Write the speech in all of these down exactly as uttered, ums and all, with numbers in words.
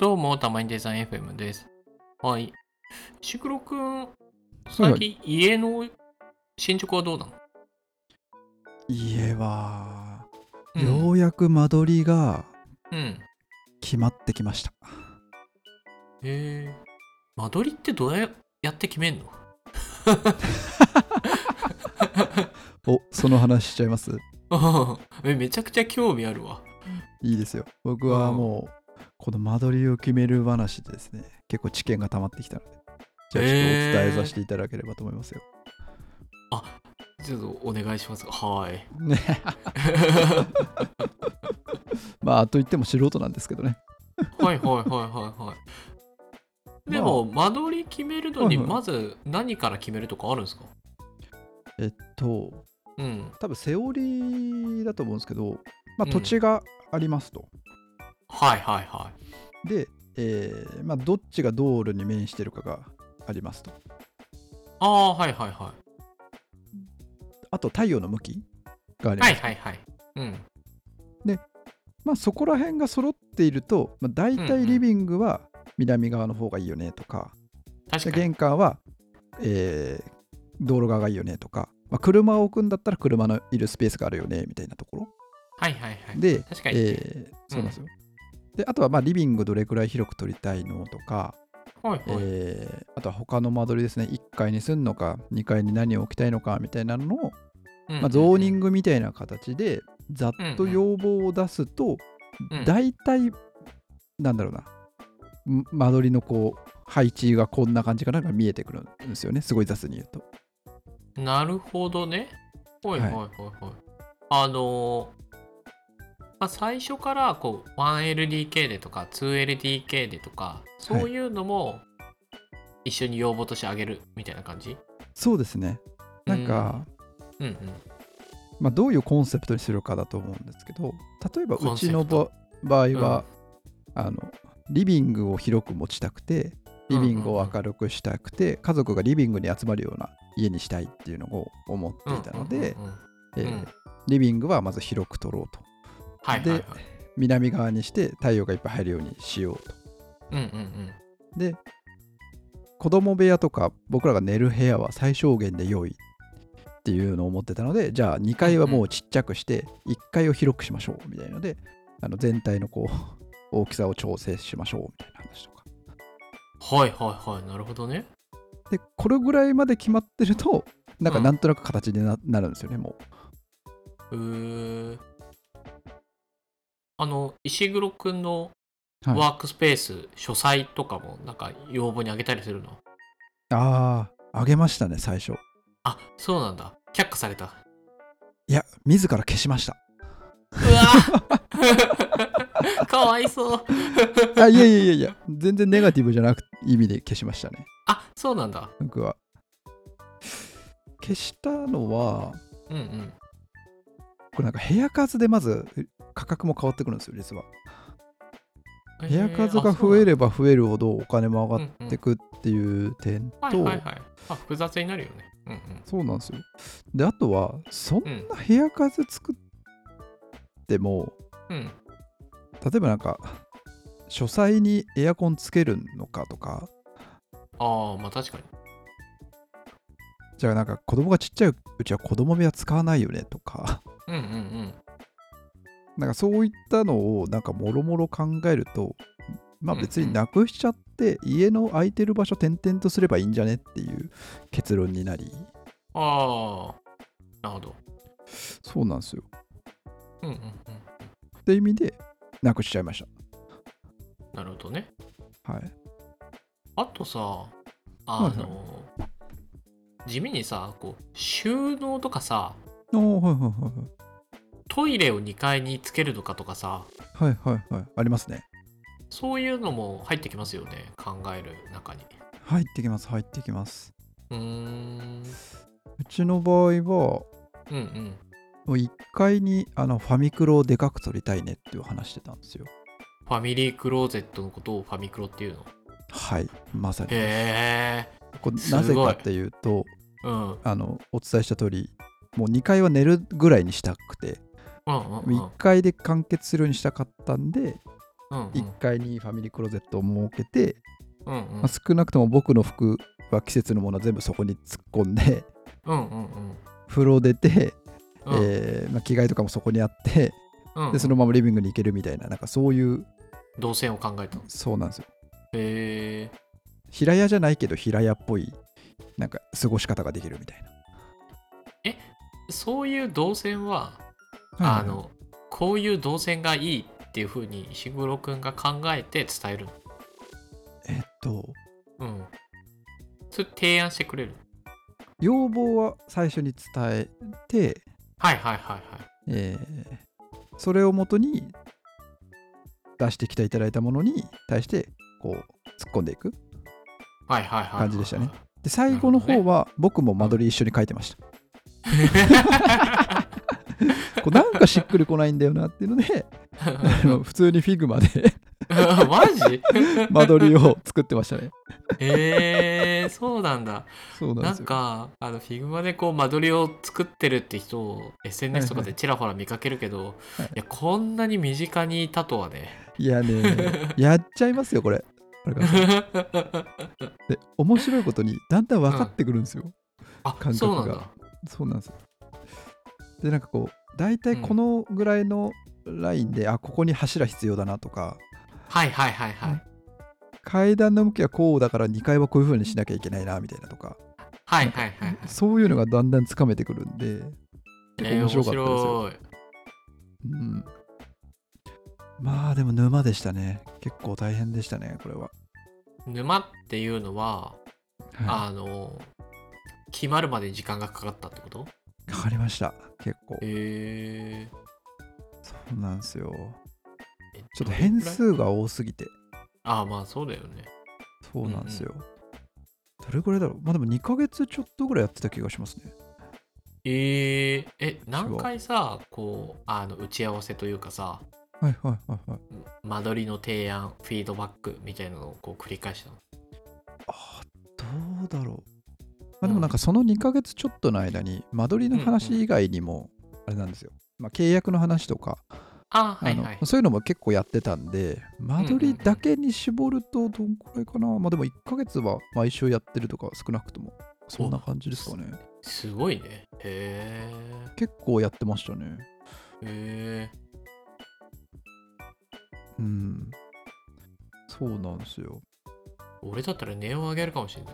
どうも、たまにデザイン エフエム です。はい。石黒くん、 はい最はい。 近家の進捗はどうなの？ 家は、 うん。 ようやく間取りがうん。 決まってきました。 へえ。間取りってどうややって決めんの？ お、その話しちゃいます？ え、めちゃくちゃ興味あるわ。 いいですよ。僕うん。 はもう、この間取りを決める話でですね、結構知見が溜まってきたので、じゃあちょっとお伝えさせへえ。 ていただければと思いますよ。 あ、ちょっとお願いします。はい。 ね。まあ、と言っても素人なんですけどね。 はいはいはいはいはい。でまも、間取り決めるのあ、はいに、 はい。 まず何から決めるとかあるんですか？ えっと、 うん。 多分セオリーだと思うんですけど、まあ、 うん。 土地がありますと。 はいはいはい。 で、えーまあ、どっちが道路に面してるかがありますと。 ああ、はいはいはい。 あと太陽の向きがありはいますと。 はいはい。うん。 で、まあそこら辺が揃っていると、まあ、大うんうん。 体リビングは南側の方がいいよねとか、で確かに。 玄関は、えー道路側がいいよねとか、まあ、車を置くんだったら車のいるスペースがあるよねみたいなところはいはいはい。 で、 確かにね。 えーうん。 そうなんですよ。で、あとはまあリビングどれくらい広く取りたいのとか、 はいはい。 えーあとは他の間取りですね、いっかいにすんのか、にかいに何を置きたいのかみたいなのを、 うんうんうまあ、ゾーニん。 ングみたいな形でざっとうんうん。 要望を出すと、 うん。 大体なんだろうな、ん間取りのこう配置がこんな感じかなが見えてくるんですよね。すごい雑に言うと。 なるほどね。はいはいはい。 はいはい。あのーまあ、最初からこう ワンエルディーケー でとか ツーエルディーケー でとか、 はい。 そういうのも一緒に要望としてあげるみたいな感じ？ そうですね。 うーなんん。 か、 うんうん。 まあ、どういうコンセプトにするかだと思うんですけど、例えばうコンちのセプト。 場合うん。 は、あの、リビングを広く持ちたくて、 うんうんうリビングをん。 明るくしたくて、家族がリビングに集まるような家にしたいっていうのを思っていたうんうんうんので、 うん。うえーん。 リビングはまず広く取ろうと。で、 はいはいはい。 南側にして太陽がいっぱい入るようにしようと。 うんうんうん。 で、子供部屋とか僕らが寝る部屋は最小限で良いっていうのを思ってたので、じゃあにかいはうんうん。 もうちっちゃくしていっかいを広くしましょうみたいなので、あの全体のこう大きさを調整しましょうみたいな話とか。 はいはいはい。なるほどね。 で、これぐらいまで決まってると、なんうん。 かなんとなく形にななるんですよね、もうー。あの、石黒くんのう。はい。 ワークスペース、書斎とかもなんか要望にあげたりするの？ ああ、あげましたね、最初。 あ、そうなんだ。却下された。 いや、自ら消しました。 うわかわいそう。 あ、いやいやいやいや、全然ネガティブじゃなく意味で消しましたね。 あ、そうなんだ。 僕は。消したのは、 うんうん。 これなんか部屋数でまず価格も変わってくるんですよ、実は。部屋えー、あ、 数がそうなんだ。 増えれば増えるほどお金も上がっうんうん。 てくっていう点と、 はいはいはい。まあ、複雑になるよね。うんそうなんですよ。で、あとは、そんうん。うん。 な部屋数作っても、 うん。 例えばなんか、書斎にエアコンつけるのかとか、 ああ、まあ確かに。 じゃあなんか子供がちっちゃいうちは子供部屋使わないよねとか、 うんうんうん。 なんかそういったのをなんかもろもろ考えると、まあうんうん。 別になくしちゃって家の空いてる場所転々とすればいいんじゃねっていう結論になり、 ああ、なるほど。 そうなんですよ。 うんうんうん。 って意味でなくしちゃいましなるほどね。 た。はい。 あとさ、あはいはい。 の、地味にさ、こう、収納とかさ、 おーはいはいトイレをにかいにつけるのかとかさ、 はいはい。はいはいはい。ありますね。 そういうのも入ってきますよね、考える中に。 入ってきます、入ってきます。 うーん。 うちの場合は、もうんうん。 ういっかいにあのファミクロをでかく取りたいねっていう話してたんですよ。 ファミリークローゼットのことをファミクロっていうの？ はい、まさに。 へえ、 これなすごい。 ぜかっていうと、 うんうんあのお伝えした通り、もうにかいは寝るぐらいにしたくて、 うんう 1 ん。 階で完結するようにしたかったんで、 うんうんいっかいにファミリークローゼットを設けて、 うんうんまあ、少なくとも僕の服は季節のものは全部そこに突っ込んで、 うんうんうん風呂出て、 うんえーまあ、着替えとかもそこにあって、 うんうん、 でそのままリビングに行けるみたいな、なんかそういう動線を考えたの。 そうなんですよ。 へえ。 平屋じゃないけど平屋っぽいなんか過ごし方ができるみたいな。 え、そういう動線は、 はいはいはいあのこういう動線がいいっていう風に石黒くんが考えて伝えるの？ えっとうん。それ提案してくれるの？ 要望は最初に伝えて、 はいはいはいはい。 えーそれをもとに出してきていただいたものに対してこう突っ込んでいくはいはいはいはいはい。 感じでしたね。で最後の方は僕も間取り一緒に書いてました。こうなんかしっくりこないんだよなっていうのであの普通にフィグマでマジ？ 間取りを作ってましたね。 へえー、そうなんだ。なんそうなんですよ。 かあの Figma でこう間取りを作ってるって人を エスエヌエス とかでちらほら見かけるけど、 はいいやこんなに身近にいたとはね。 いやね、やっちゃいますよこれ。荒川さんで面白いことにだんだん分かってくるんですよ、 あ、 感覚が。 そうなんだ。 そうなんですよ。でなんかこう大体うんこのぐらいのラインで、あここに柱必要だなとか、 はいはいはいはい。 階段の向きはこうだからにかいはこういう風にしなきゃいけないなみたいなとか、 はいはいはいはい。 そういうのがだんだんつかめてくるんで結構面白かったですよ。 えー面白い。 うん、まあでも沼でしたね。結構大変でしたねこれは。 沼っていうのは、 はあの決まるまで時間がかかったってこと？ い、かかりました結構。 へえそうなんですよ。 ー。えちょっと変どれくらい？ 数が多すぎて。 ああまあそうだよね。 そうなんですよ。どれぐらいだろう。まあでもにかげつちょっとぐらいやってた気がしますね。 えー、え何回さこうあの打ち合わせというかさ、 はいはいはいはい。 間取りの提案フィードバックみたいなのをこう繰り返したの？ あどうだろう。まあでもなんかそのにかげつちょっとの間に間取りの話以外にもあれなんですよ。まあ契約の話とか、 あはいあのはい。 そういうのも結構やってたんで、間取りだけに絞るとどんくらいかな。まあでもいっかげつは毎週やってるとか少なくともそんな感じですかね。 すごいね。へ結構やってましたね。 え。へえ。 うん。そうなんですよ。 俺だったら値を上げるかもしれない。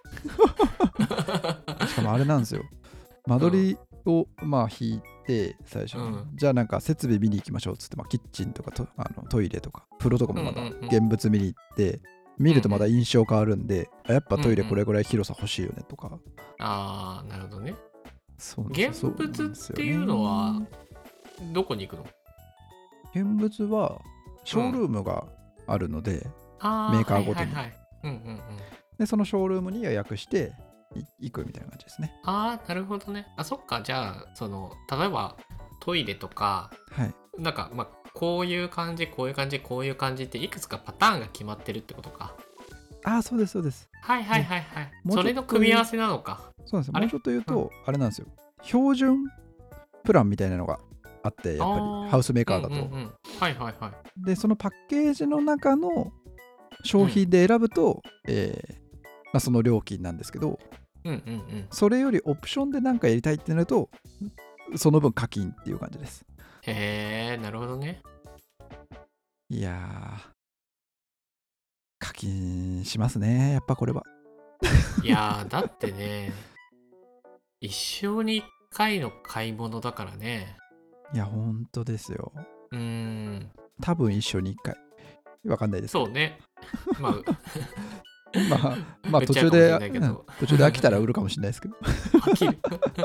しかもあれなんですよ。間取りをまあ引いて最初に、 うんじゃあなんか設備見に行きましょうっつって、まあ、キッチンとかとあのトイレとか風呂とかもまだうんうんうん現物見に行って見るとまだ印象変わるんで、あやっぱトイレこれぐらい広さ欲しいよねとか。 ああなるほどね。 そうなんですよ。 現物っていうのはどこに行くの？ 現物はショールームがあるので、 あメーカーごとに、 はいはいはい、うんうんうん。 でそのショールームに予約してい行くみたいな感じですね。 ああなるほどね。あそっか。じゃあその例えばトイレとかはい。 なんかまあこういう感じこういう感じこういう感じっていくつかパターンが決まってるってことか。 ああそうですそうです。 はいはいはいはい。 もうちょっとそれの組み合わせなのか。 そうなんですよ。 あれもうちょっと言うと、あれなんですよ。標準プランみたいなのがあって、やっぱりハウスメーカーだと。 うんうんうん、はいはいはい。 で、そのパッケージの中の商品で選ぶと、うんえーまあ、その料金なんですけど、 うんうんうん。 それよりオプションで何かやりたいってなると、その分課金っていう感じです。 へえ、なるほどね。 いやー、課金しますね、やっぱこれは。 いやー、だってね、一生に一回の買い物だからね。 いや、ほんとですよ。 うーん。 多分一生に一回。わかんないですけど。 そうね。まあ、 まあ、まあ売っちゃうかもし途中で、 れないけどうん途中で飽きたら売るかもしれないですけど。 飽きる。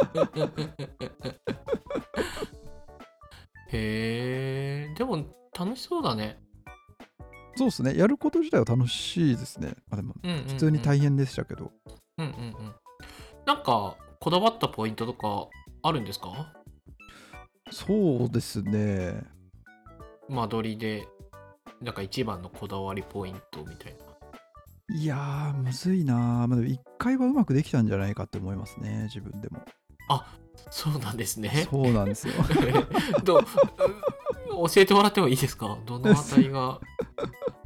へえ、でも楽しそうだね。 そうですね。やること自体は楽しいですね。まあ、でも、 うんうんうん、 普通に大変でしたけど。 うんうんうん。なんか、こだわったポイントとかあるんですか？ そうですね。 間取りで、なんか一番のこだわりポイントみたいな。 いやー、むずいなー。まあ、でも一回はうまくできたんじゃないかって思いますね、自分でも。 あ、そうなんですね。 そうなんですよ。 どう教えてもらってもいいですか？どのあたりが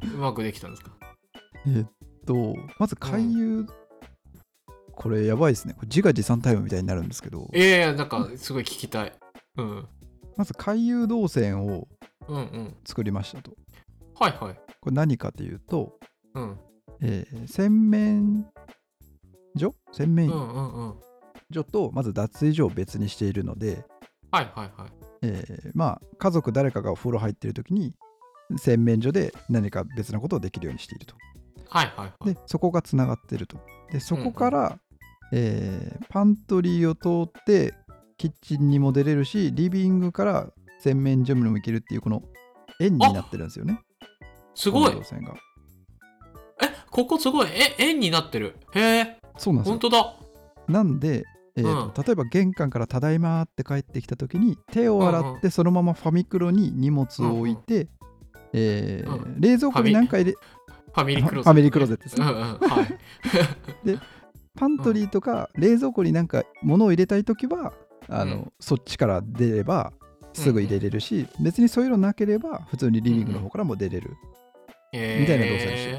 うまくできたんですか？ えーっとまず回遊、うん、これやばいですね。これ自画自賛タイムみたいになるんですけど、 いやいや、なんかすごい聞きたい。うん。 まず回遊動線をうんうん。 作りましたと。 はいはい。 これ何かというと、 うん。 えー洗面所洗面うんうんうん。 所とまず脱衣所を別にしているので、 はいはいはい。 えーまあ家族誰かがお風呂入ってる時に洗面所で何か別なことをできるようにしていると。 はいはいはい。 でそこがつながってると。でそこかうんら、えーパントリーを通ってキッチンにも出れるし、リビングから洗面所にも行けるっていうこの円になってるんですよね。 すごい。 この動線が。 え、ここすごい。え、円になってる。へえ。 そうなんですよ。 本当だ。 なんで、えーとうん例えば玄関からただいまって帰ってきた時に手を洗うんうんってそのままファミクロに荷物を置いて、えーうん冷蔵庫に何か入れファミリークローゼット、ね。 ファミリークローゼットですね。 うんうん。はい。 でパントリーとか冷蔵庫になんか物を入れたい時はあの、 うんそっちから出ればすぐ入れれるし、別にそういうのなければ普通にリビングの方からも出れる、 へーみたいな動作にしてる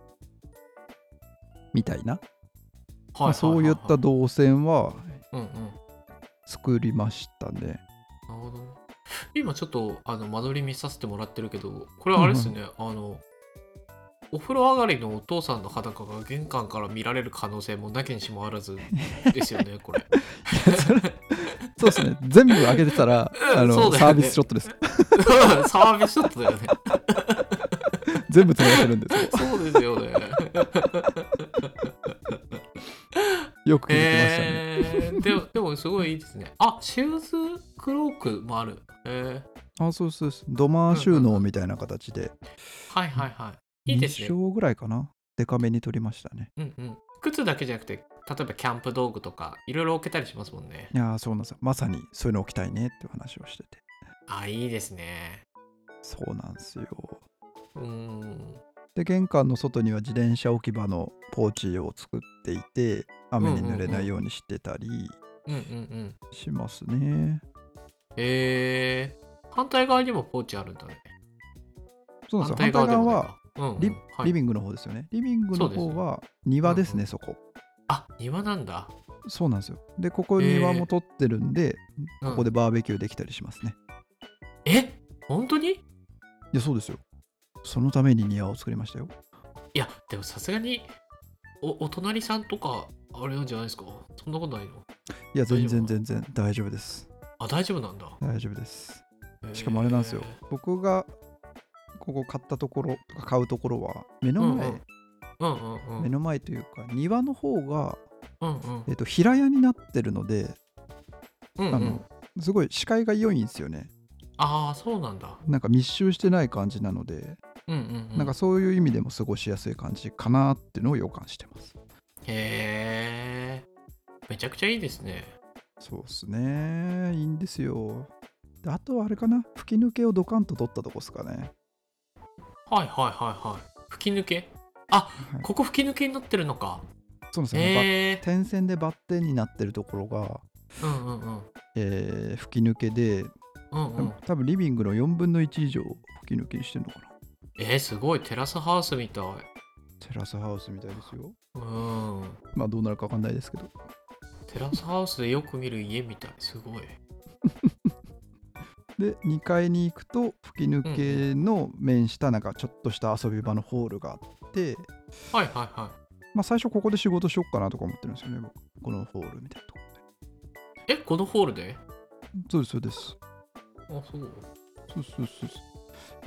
みたいな、 はいまあ、そういった動線はうんうん作りましたね。 なるほど。今ちょっとあの間取り見させてもらってるけど、これあれですね、あのお風呂上がりのお父さんの裸が玄関から見られる可能性もなきにしもあらずですよね、これ。 それそうですね。全部上げてたらあの、 そうだよねサービスショットです。 サービスショットだよね。 全部取られてるんですよ。 そうですよね。 よく気づきましたね。 えー、でもでもすごいいいですね。あ、シューズクロークもある。えー、 あ、そうそうそう。土間収納みたいな形で、 はいはいはい。いいですにね。 章ぐらいかな。デカめに取りましたね。 うんうん。靴だけじゃなくて、例えばキャンプ道具とかいろいろ置けたりしますもんね。 いやー、そうなんですよ。まさにそういうの置きたいねっていう話をしてて。 あ、いいですね。 そうなんですよ。 うーん。 で、玄関の外には自転車置き場のポーチを作っていて、雨に濡れないようにしてたりうんうんうん。 しますね。 えー、反対側にもポーチあるんだね。 そうなんですよ。反対反対側で側はもないか。うんうんリはいリビングの方ですよね。リビングの方は庭ですね、 うんうんそこ。 あ、庭なんだ。 そうなんですよ。で、ここへー庭も取ってるんで、 うんここでバーベキューできたりしますね。 え、本当に？ いや、そうですよ。そのために庭を作りましたよ。 いや、でもさすがにお、お隣さんとか、あれなんじゃないですか？そんなことないの？ いや、全然大丈夫全然大丈夫です。 あ、大丈夫なんだ。 大丈夫です。しかもあれなんですよ。僕がここ買ったところとか買うところは目の前、 うんうんうんうん。 目の前というか庭の方が、 うんうんえっと平屋になってるので、 うんうん。 あのすごい視界が良いんですよね。 ああ、そうなんだ。 なんか密集してない感じなので、 うんうんうん。 なんかそういう意味でも過ごしやすい感じかなっていうのを予感してます。 へえ。めちゃくちゃいいですね。 そうですね。いいんですよ。であとはあれかな、吹き抜けをドカンと取ったとこですかね。 はいはいはいはい。吹き抜けあ、 はい、 ここ吹き抜けになってるのか。 そうですね。 へえ。 点線でバッテンになってるところが、 うんうんうん。 えー吹き抜けで、 うんうん。 多分リビングのよんぶんのいち以上吹き抜けにしてるのかな。 えー、すごい。テラスハウスみたい。 テラスハウスみたいですよ。 うん。 まあどうなるかわかんないですけど。 テラスハウスでよく見る家みたい。すごい。 で、にかいに行くと吹き抜けの面したなんかちょっとした遊び場のホールがあって、 はいはいはい。 まあ最初ここで仕事しよっかなとか思ってるんですよね、僕。このホールみたいなとこえ、このホールで？ ろで。そうです、そうです。 あ、そう。 そうそうそうそう。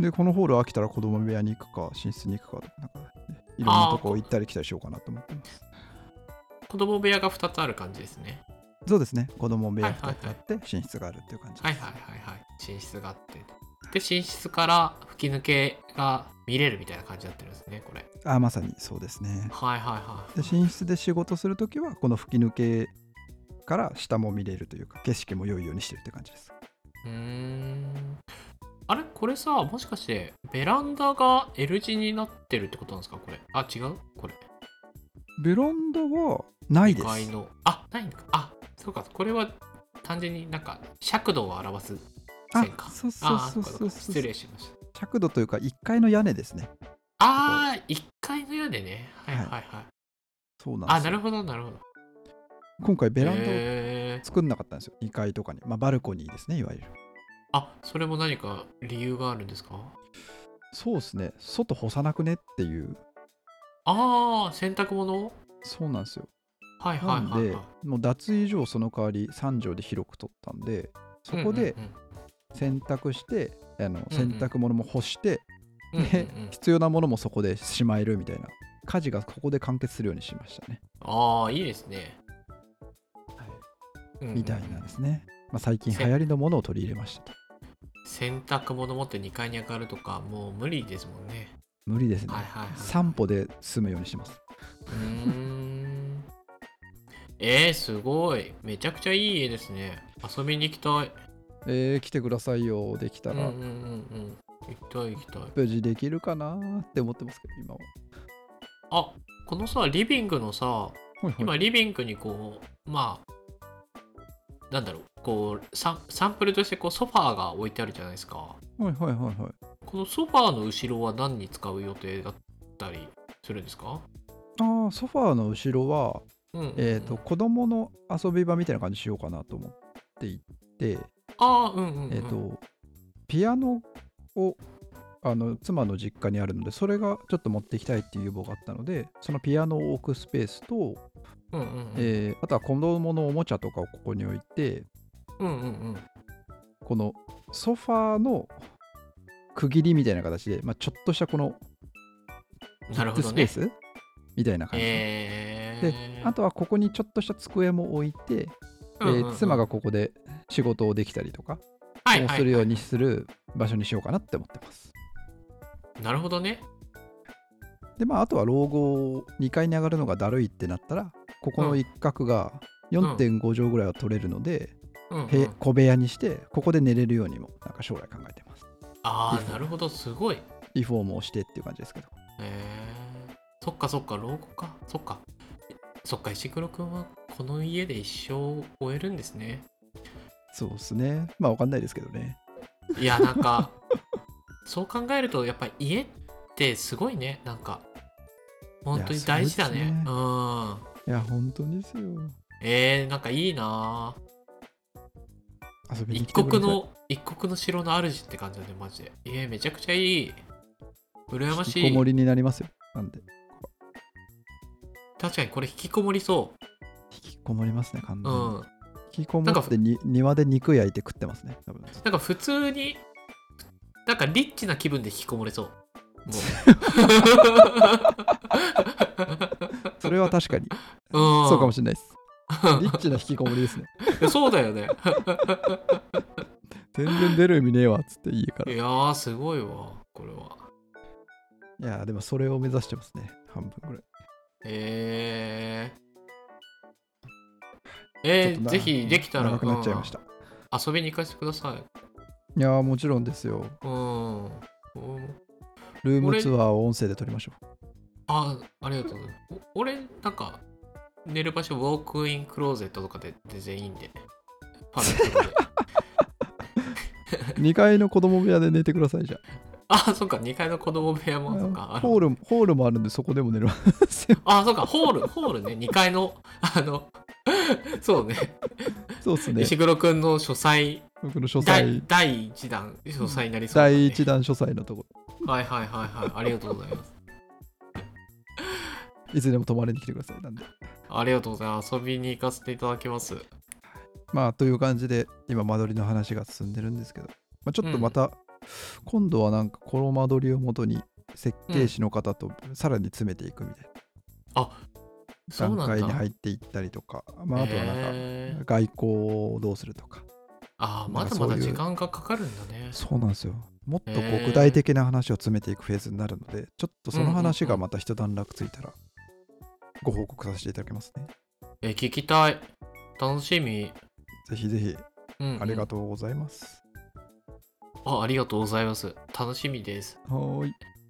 で、このホール飽きたら子供部屋に行くか、寝室に行くかとか、なんか、ね、いろんなとこ行ったり来たりしようかなと思ってます。 子供部屋がふたつある感じですね。 そうですね。子供部屋ふたつあはって、寝室があるっていう感じです。 はいはいはいはい。寝室があって。で、寝室から吹き抜けが見れるみたいな感じになってるんですね、これ。 あ、まさにそうですね。 はいはいはい。 で、寝室で仕事するときは、この吹き抜けから下も見れるというか、景色も良いようにしてるって感じです。 うーん。あれこれさ、もしかしてベランダが L 字になってるってことなんですかこれ？あ、違うこれ。 ベランダはないです。 にかいの。あ、ないのか。あ、そうか。これは単純になんか尺度を表す線か。 あ、そうそうそうそうそう。 失礼しました。 尺度というか、いっかいの屋根ですね。 あ屋でね。はいはい。 はいはい。 そうなんであ、 すよ。 なるほどなるほど。 今回ベランダをへえ。 作んなかったんですよ。にかいとかに。まあ、バルコニーですね、いわゆる。 あ、それも何か理由があるんですか？ そうですね。外干さなくねっていう。 ああ、洗濯物？ そうなんですよ。 はいなはいはいはんで、もう脱衣所をその代わりさん畳で広く取ったんで、そい。うんうんこで洗濯して、あのうん。うん洗濯物も干して、 うん。うんうんうで、 ん。 必要なものもそこでしまえるみたいな。家事がここで完結するようにしましたね。 ああ、いいですね。 はい。 うんうんうん。 みたいなんですね。まあ、最近せ流行りのものを取り入れましたと。 洗濯物持ってにかいに上がるとか、もう無理ですもんね。 無理ですね。 はいはいはい。 散歩で済むようにします。 うーん。えー、すごい。めちゃくちゃいい家ですね。遊びに行きたい。 えー、来てくださいよ。できたら。 うんうんうんうん。行きたい行きたい。 無事できるかなーって思ってますけど、今は。 あ、このさ、リビングのさ、 はいはい。 今リビングにこう、まあ、なんだろう、こうサン、サンプルとしてこうソファーが置いてあるじゃないですか。 はいはいはいはい。 このソファーの後ろは何に使う予定だったりするんですか？ ああ、ソファーの後ろは、 うんうんうん。 えっ、と、子供の遊び場みたいな感じしようかなと思っていて、 ああ、うんうんうん。 えっ、と、ピアノをあの妻の実家にあるので、それがちょっと持っていきたいっていう要望があったので、そのピアノを置くスペースと、 うんうんうん。 えーあとは子供のおもちゃとかをここに置いて、 うんうんうん。 このソファーの区切りみたいな形で、まあ、ちょっとしたこのキッなるほどね。 ズスペースみたいな感じで、 えー。 あとはここにちょっとした机も置いて、 うんうんうんえー妻がここで仕事をできたりとかはいはいはい。 をするようにする場所にしようかなって思ってます。 なるほどね。 で、まあ、あとは老後にかいに上がるのがだるいってなったら、ここの一角がよんてんご畳ぐらいは取れるので、 うんうん。 へ小部屋にして、ここで寝れるようにも、なんか将来考えてます。 ああ、 リフォームなるほど、すごい。 リフォームをしてっていう感じですけど。 えー。そっかそっか、老後か。そっか。そっか、石黒くんはこの家で一生を終えるんですね。 そうですね。まあ、わかんないですけどね。 いや、なんか、そう考えると、やっぱり家ってすごいね。なんか、本当に大事だね。 いやそうですねうん。 いや、本当ですよ。 えー、なんかいいなぁ。 遊びに一来てください。 国の、一国の城の主って感じだね、マジで。えー、めちゃくちゃいい。羨ま引しい。 きこもりになりますよ。なんで。 確かにこれ引きこもりそ引きこもりますね、完う。 全に。 うん。 引きこもってに庭で肉焼いて食ってますね。多分なんか普通に、なんかリッチな気分で引きこもれそう。もそれは確かに。 う。うん。 そうかもしれないです。リッチな引きこもりですね。 いやそうだよね。 全然出る意味ねえわっつって家から。いいやー、すごいわ、これは。 やーでもそれを目指してますね。半分ぐらい。 えー、えー、 ちょっとなぜひできたら、 長くなっちゃいました。 うん遊びに行かせてください。 いやーもちろんですよ。 うん。うんルームツアーを音声で撮りましょう。 あ、ありがとうございます。お俺、なんか、寝る場所、ウォークインクローゼットとかで全然いいんで。パルコで。 にかいの子供部屋で寝てくださいじゃあ、そっか、にかいの子供部屋も、そっか。 あ。 あホール、ホールもあるんでそこでも寝るますよ。 あ、そっか、ホール、ホールね、にかいの、あの、そうね、 そうっすね。 石黒くんの書斎、 僕の書第斎、 第一弾書斎になりそうだ、ね。 第一弾書斎のとこはいはいはいはい、ありがとうございます。 いつでも泊まりに来てください。なんで。 ありがとうございます。遊びに行かせていただきます。 まあという感じで今間取りの話が進んでるんですけど、まあ、ちょっとまた、うん、今度はなんかこの間取りをもとに設計士の方とさらに詰めていくみたいな、うん、 あ段階に入っていったりとか、まあ、あとはなんか外交をどうするとか、 あまだまだ時間がかかるんだね。 そうなんですよ。もっとこう具体的な話を詰めていくフェーズになるので、ちょっとその話がまた一段落ついたらご報告させていただきますね。 え聞きたい。楽しみ。 ぜひぜひ、 うんうん、 ありがとうございます。 あ、ありがとうございます。楽しみです。 はい。